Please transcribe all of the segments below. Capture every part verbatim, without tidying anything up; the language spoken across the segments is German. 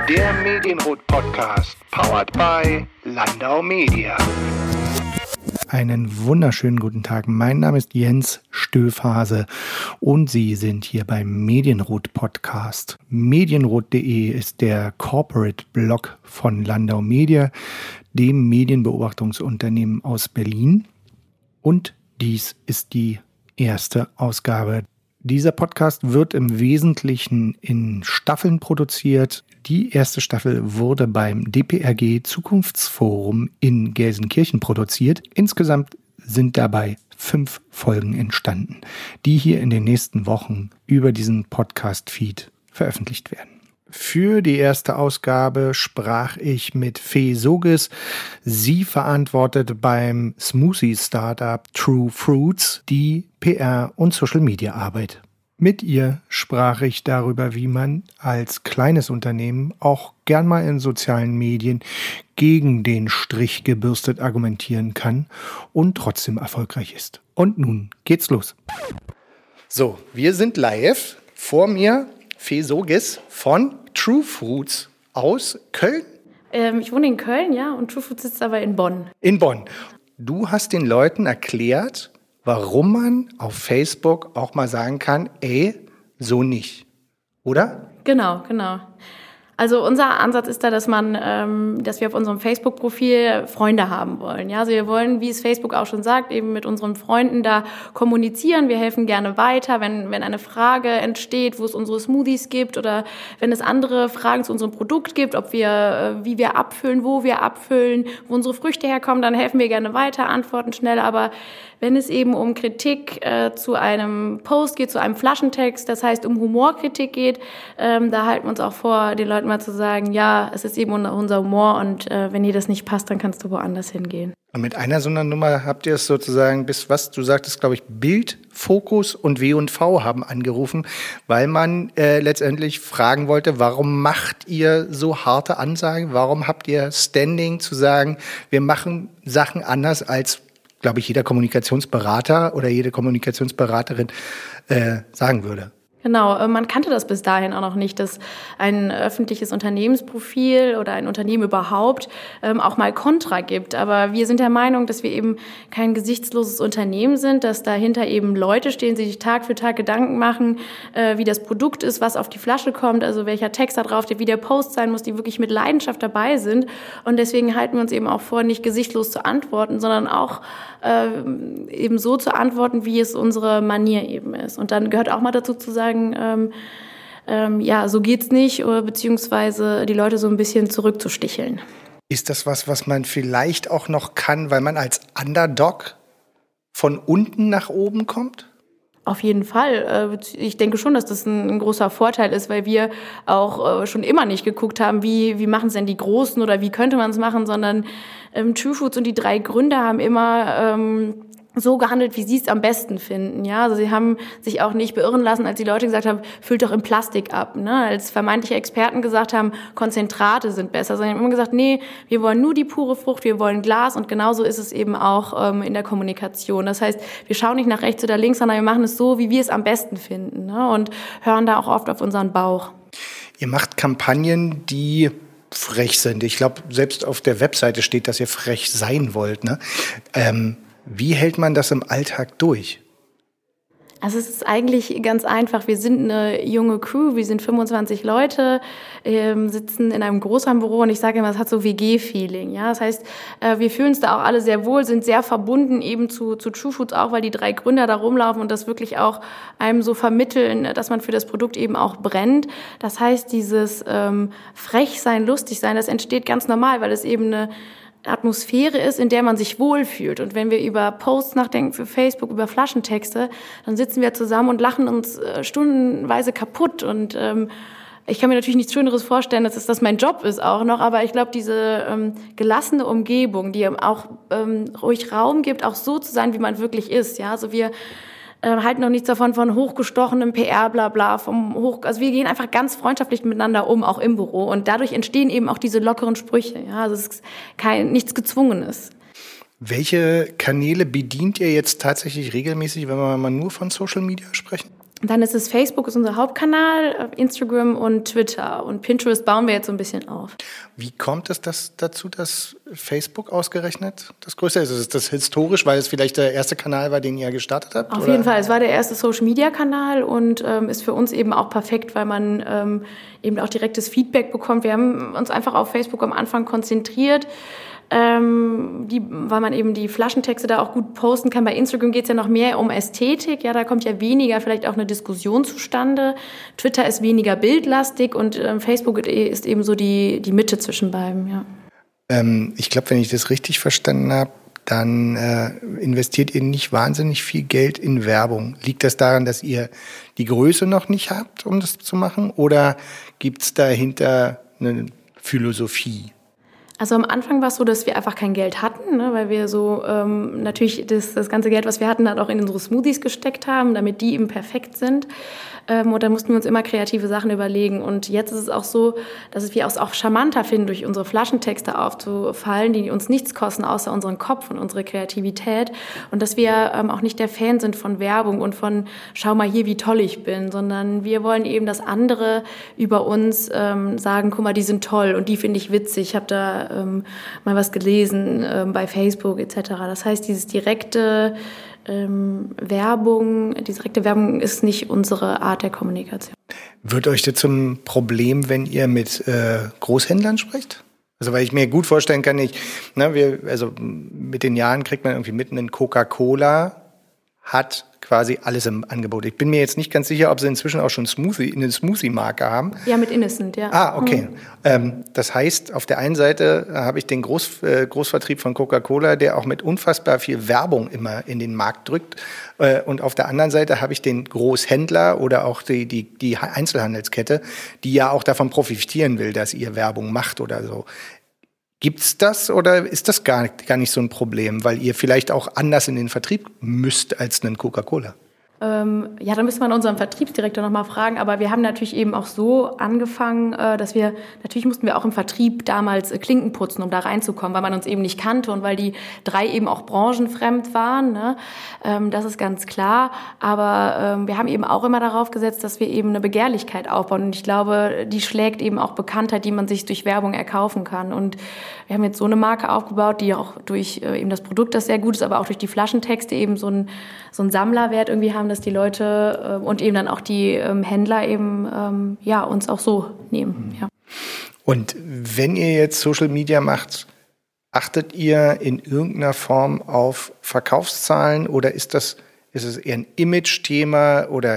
Der Medienrot-Podcast, powered by Landau Media. Einen wunderschönen guten Tag. Mein Name ist Jens Stöfhase und Sie sind hier beim Medienrot-Podcast. Medienrot punkt de ist der Corporate-Blog von Landau Media, dem Medienbeobachtungsunternehmen aus Berlin. Und dies ist die erste Ausgabe. Dieser Podcast wird im Wesentlichen in Staffeln produziert. Die erste Staffel wurde beim D P R G Zukunftsforum in Gelsenkirchen produziert. Insgesamt sind dabei fünf Folgen entstanden, die hier in den nächsten Wochen über diesen Podcast-Feed veröffentlicht werden. Für die erste Ausgabe sprach ich mit Fee Sogis. Sie verantwortet beim Smoothie-Startup True Fruits die P R- und Social-Media-Arbeit. Mit ihr sprach ich darüber, wie man als kleines Unternehmen auch gern mal in sozialen Medien gegen den Strich gebürstet argumentieren kann und trotzdem erfolgreich ist. Und nun geht's los. So, wir sind live. Vor mir Fee Sogis von True Fruits aus Köln. Ähm, ich wohne in Köln, ja, und True Fruits sitzt aber in Bonn. In Bonn. Du hast den Leuten erklärt, warum man auf Facebook auch mal sagen kann, ey, so nicht, oder? Genau, genau. Also unser Ansatz ist da, dass man, ähm, dass wir auf unserem Facebook-Profil Freunde haben wollen. Ja, also wir wollen, wie es Facebook auch schon sagt, eben mit unseren Freunden da kommunizieren. Wir helfen gerne weiter, wenn wenn eine Frage entsteht, wo es unsere Smoothies gibt oder wenn es andere Fragen zu unserem Produkt gibt, ob wir, äh, wie wir abfüllen, wo wir abfüllen, wo unsere Früchte herkommen, dann helfen wir gerne weiter, antworten schnell. Aber wenn es eben um Kritik äh, zu einem Post geht, zu einem Flaschentext, das heißt um Humorkritik geht, ähm, da halten wir uns auch vor, den Leuten mal zu sagen, ja, es ist eben unser Humor und äh, wenn dir das nicht passt, dann kannst du woanders hingehen. Und mit einer so einer Nummer habt ihr es sozusagen bis, was du sagtest, glaube ich, Bild, Fokus und W und V haben angerufen, weil man äh, letztendlich fragen wollte, warum macht ihr so harte Ansagen? Warum habt ihr Standing zu sagen, wir machen Sachen anders als, glaube ich, jeder Kommunikationsberater oder jede Kommunikationsberaterin äh, sagen würde? Genau, man kannte das bis dahin auch noch nicht, dass ein öffentliches Unternehmensprofil oder ein Unternehmen überhaupt ähm, auch mal Kontra gibt. Aber wir sind der Meinung, dass wir eben kein gesichtsloses Unternehmen sind, dass dahinter eben Leute stehen, die sich Tag für Tag Gedanken machen, äh, wie das Produkt ist, was auf die Flasche kommt, also welcher Text da drauf steht, wie der Post sein muss, die wirklich mit Leidenschaft dabei sind. Und deswegen halten wir uns eben auch vor, nicht gesichtslos zu antworten, sondern auch äh, eben so zu antworten, wie es unsere Manier eben ist. Und dann gehört auch mal dazu zu sagen, Ähm, ähm, ja, so geht's nicht, oder beziehungsweise die Leute so ein bisschen zurückzusticheln. Ist das was, was man vielleicht auch noch kann, weil man als Underdog von unten nach oben kommt? Auf jeden Fall. Ich denke schon, dass das ein großer Vorteil ist, weil wir auch schon immer nicht geguckt haben, wie, wie machen es denn die Großen oder wie könnte man es machen, sondern ähm, True Fruits und die drei Gründer haben immer ähm, so gehandelt, wie sie es am besten finden. Ja, also sie haben sich auch nicht beirren lassen, als die Leute gesagt haben, füllt doch in Plastik ab. Ne? Als vermeintliche Experten gesagt haben, Konzentrate sind besser. Sondern haben immer gesagt, nee, wir wollen nur die pure Frucht, wir wollen Glas. Und genauso ist es eben auch ähm, in der Kommunikation. Das heißt, wir schauen nicht nach rechts oder links, sondern wir machen es so, wie wir es am besten finden. Ne? Und hören da auch oft auf unseren Bauch. Ihr macht Kampagnen, die frech sind. Ich glaube, selbst auf der Webseite steht, dass ihr frech sein wollt. Ne? Ähm, Wie hält man das im Alltag durch? Also es ist eigentlich ganz einfach. Wir sind eine junge Crew, wir sind fünfundzwanzig Leute, ähm, sitzen in einem Großraumbüro und ich sage immer, es hat so W G-Feeling. Ja? Das heißt, äh, wir fühlen uns da auch alle sehr wohl, sind sehr verbunden eben zu, zu True Fruits auch, weil die drei Gründer da rumlaufen und das wirklich auch einem so vermitteln, dass man für das Produkt eben auch brennt. Das heißt, dieses ähm, frech sein, lustig sein, das entsteht ganz normal, weil es eben eine Atmosphäre ist, in der man sich wohlfühlt. Und wenn wir über Posts nachdenken für Facebook, über Flaschentexte, dann sitzen wir zusammen und lachen uns äh, stundenweise kaputt. Und ähm, ich kann mir natürlich nichts Schöneres vorstellen, als dass das mein Job ist auch noch. Aber ich glaube, diese ähm, gelassene Umgebung, die auch ähm, ruhig Raum gibt, auch so zu sein, wie man wirklich ist. Ja, also wir äh, halten noch nichts davon von hochgestochenem P R, bla bla, vom hoch, also wir gehen einfach ganz freundschaftlich miteinander um, auch im Büro. Und dadurch entstehen eben auch diese lockeren Sprüche. Ja, also es ist kein, nichts Gezwungenes. Welche Kanäle bedient ihr jetzt tatsächlich regelmäßig, wenn wir mal nur von Social Media sprechen? Dann ist es Facebook, ist unser Hauptkanal, Instagram und Twitter. Und Pinterest bauen wir jetzt so ein bisschen auf. Wie kommt es das dazu, dass Facebook ausgerechnet das Größte ist? Ist das historisch, weil es vielleicht der erste Kanal war, den ihr gestartet habt? Auf oder? jeden Fall. Es war der erste Social-Media-Kanal und ähm, ist für uns eben auch perfekt, weil man ähm, eben auch direktes Feedback bekommt. Wir haben uns einfach auf Facebook am Anfang konzentriert, Ähm, die, weil man eben die Flaschentexte da auch gut posten kann. Bei Instagram geht es ja noch mehr um Ästhetik. Ja, da kommt ja weniger vielleicht auch eine Diskussion zustande. Twitter ist weniger bildlastig und ähm, Facebook ist eben so die, die Mitte zwischen beiden. Ja. Ähm, ich glaube, wenn ich das richtig verstanden habe, dann äh, investiert ihr nicht wahnsinnig viel Geld in Werbung. Liegt das daran, dass ihr die Größe noch nicht habt, um das zu machen? Oder gibt es dahinter eine Philosophie? Also am Anfang war es so, dass wir einfach kein Geld hatten, ne, weil wir so ähm, natürlich das, das ganze Geld, was wir hatten, halt auch in unsere Smoothies gesteckt haben, damit die eben perfekt sind. Ähm, und da mussten wir uns immer kreative Sachen überlegen. Und jetzt ist es auch so, dass wir es auch charmanter finden, durch unsere Flaschentexte aufzufallen, die uns nichts kosten, außer unseren Kopf und unsere Kreativität. Und dass wir ähm, auch nicht der Fan sind von Werbung und von schau mal hier, wie toll ich bin, sondern wir wollen eben, dass andere über uns ähm, sagen, guck mal, die sind toll und die finde ich witzig. Ich habe da ähm, mal was gelesen ähm, bei Facebook et cetera. Das heißt, dieses direkte Ähm, Werbung, die direkte Werbung ist nicht unsere Art der Kommunikation. Wird euch das zum Problem, wenn ihr mit äh, Großhändlern sprecht? Also weil ich mir gut vorstellen kann, ich, ne, wir, also mit den Jahren kriegt man irgendwie mitten in Coca-Cola hat quasi alles im Angebot. Ich bin mir jetzt nicht ganz sicher, ob sie inzwischen auch schon Smoothie, eine Smoothie-Marke haben. Ja, mit Innocent, ja. Ah, okay. Mhm. Ähm, das heißt, auf der einen Seite habe ich den Groß, äh, Großvertrieb von Coca-Cola, der auch mit unfassbar viel Werbung immer in den Markt drückt. Äh, und auf der anderen Seite habe ich den Großhändler oder auch die, die, die Einzelhandelskette, die ja auch davon profitieren will, dass ihr Werbung macht oder so. Gibt's das oder ist das gar, gar nicht so ein Problem, weil ihr vielleicht auch anders in den Vertrieb müsst als einen Coca-Cola? Ähm, ja, da müsste man unseren Vertriebsdirektor noch mal fragen, aber wir haben natürlich eben auch so angefangen, äh, dass wir, natürlich mussten wir auch im Vertrieb damals äh, Klinken putzen, um da reinzukommen, weil man uns eben nicht kannte und weil die drei eben auch branchenfremd waren, ne? Ähm, das ist ganz klar, aber ähm, wir haben eben auch immer darauf gesetzt, dass wir eben eine Begehrlichkeit aufbauen und ich glaube, die schlägt eben auch Bekanntheit, die man sich durch Werbung erkaufen kann und wir haben jetzt so eine Marke aufgebaut, die auch durch äh, eben das Produkt, das sehr gut ist, aber auch durch die Flaschentexte eben so ein, so ein Sammlerwert irgendwie haben, dass die Leute äh, und eben dann auch die ähm, Händler eben ähm, ja, uns auch so nehmen. Ja. Und wenn ihr jetzt Social Media macht, achtet ihr in irgendeiner Form auf Verkaufszahlen oder ist das ist es eher ein Image-Thema oder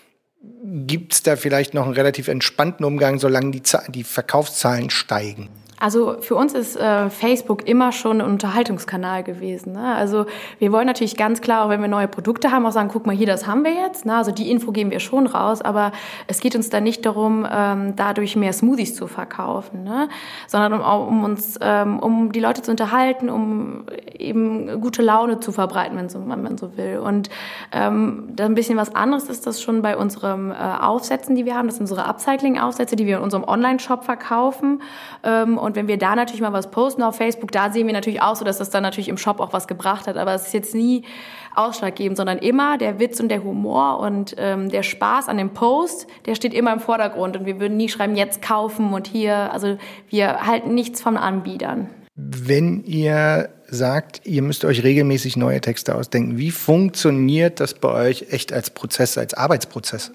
gibt es da vielleicht noch einen relativ entspannten Umgang, solange die, Z- die Verkaufszahlen steigen? Also für uns ist äh, Facebook immer schon ein Unterhaltungskanal gewesen. Ne? Also wir wollen natürlich ganz klar, auch wenn wir neue Produkte haben, auch sagen, guck mal hier, das haben wir jetzt. Ne? Also die Info geben wir schon raus, aber es geht uns da nicht darum, ähm, dadurch mehr Smoothies zu verkaufen, ne? Sondern um, um uns, ähm, um die Leute zu unterhalten, um eben gute Laune zu verbreiten, wenn, so, wenn man so will. Und ähm, da ein bisschen was anderes ist das schon bei unseren äh, Aufsätzen, die wir haben. Das sind unsere Upcycling-Aufsätze, die wir in unserem Online-Shop verkaufen. Ähm, Und wenn wir da natürlich mal was posten auf Facebook, da sehen wir natürlich auch so, dass das dann natürlich im Shop auch was gebracht hat. Aber es ist jetzt nie ausschlaggebend, sondern immer der Witz und der Humor und ähm, der Spaß an dem Post, der steht immer im Vordergrund. Und wir würden nie schreiben, jetzt kaufen und hier. Also wir halten nichts von Anbietern. Wenn ihr sagt, ihr müsst euch regelmäßig neue Texte ausdenken, wie funktioniert das bei euch echt als Prozess, als Arbeitsprozess?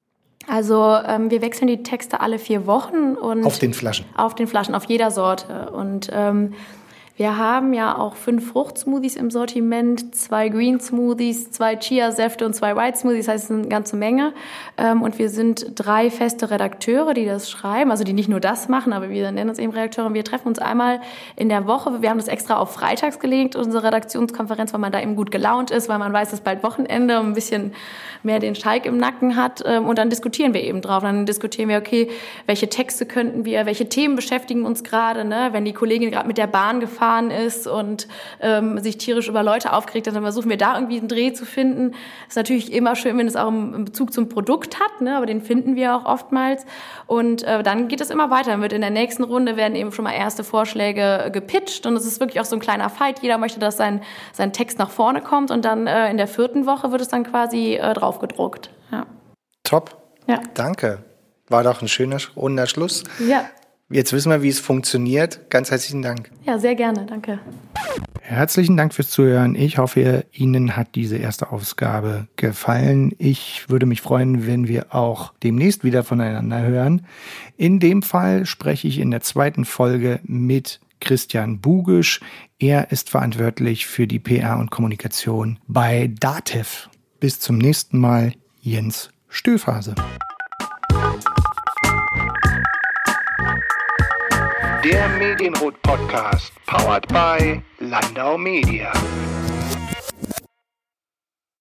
Also ähm, wir wechseln die Texte alle vier Wochen. Und auf den Flaschen? Auf den Flaschen, auf jeder Sorte. Und ähm, wir haben ja auch fünf Fruchtsmoothies im Sortiment, zwei Green Smoothies, zwei Chia-Säfte und zwei White Smoothies, das heißt, es ist eine ganze Menge. Ähm, und wir sind drei feste Redakteure, die das schreiben, also die nicht nur das machen, aber wir nennen uns eben Redakteure. Und wir treffen uns einmal in der Woche. Wir haben das extra auf freitags gelegt, unsere Redaktionskonferenz, weil man da eben gut gelaunt ist, weil man weiß, es ist bald Wochenende und ein bisschen mehr den Schalk im Nacken hat. Und dann diskutieren wir eben drauf. Dann diskutieren wir, okay, welche Texte könnten wir, welche Themen beschäftigen uns gerade, ne? Wenn die Kollegin gerade mit der Bahn gefahren ist und ähm, sich tierisch über Leute aufgeregt hat, dann versuchen wir da irgendwie einen Dreh zu finden. Ist natürlich immer schön, wenn es auch einen Bezug zum Produkt hat, ne? Aber den finden wir auch oftmals. Und äh, dann geht es immer weiter. Dann wird in der nächsten Runde werden eben schon mal erste Vorschläge gepitcht und es ist wirklich auch so ein kleiner Fight. Jeder möchte, dass sein, sein Text nach vorne kommt und dann äh, in der vierten Woche wird es dann quasi äh, draufgedruckt. Ja. Top. Ja. Danke. War doch ein schöner runder Schluss. Ja. Jetzt wissen wir, wie es funktioniert. Ganz herzlichen Dank. Ja, sehr gerne. Danke. Herzlichen Dank fürs Zuhören. Ich hoffe, Ihnen hat diese erste Ausgabe gefallen. Ich würde mich freuen, wenn wir auch demnächst wieder voneinander hören. In dem Fall spreche ich in der zweiten Folge mit Christian Bugisch. Er ist verantwortlich für die P R und Kommunikation bei DATEV. Bis zum nächsten Mal, Jens Stöfhase. Der Medienrot Podcast, powered by Landau Media.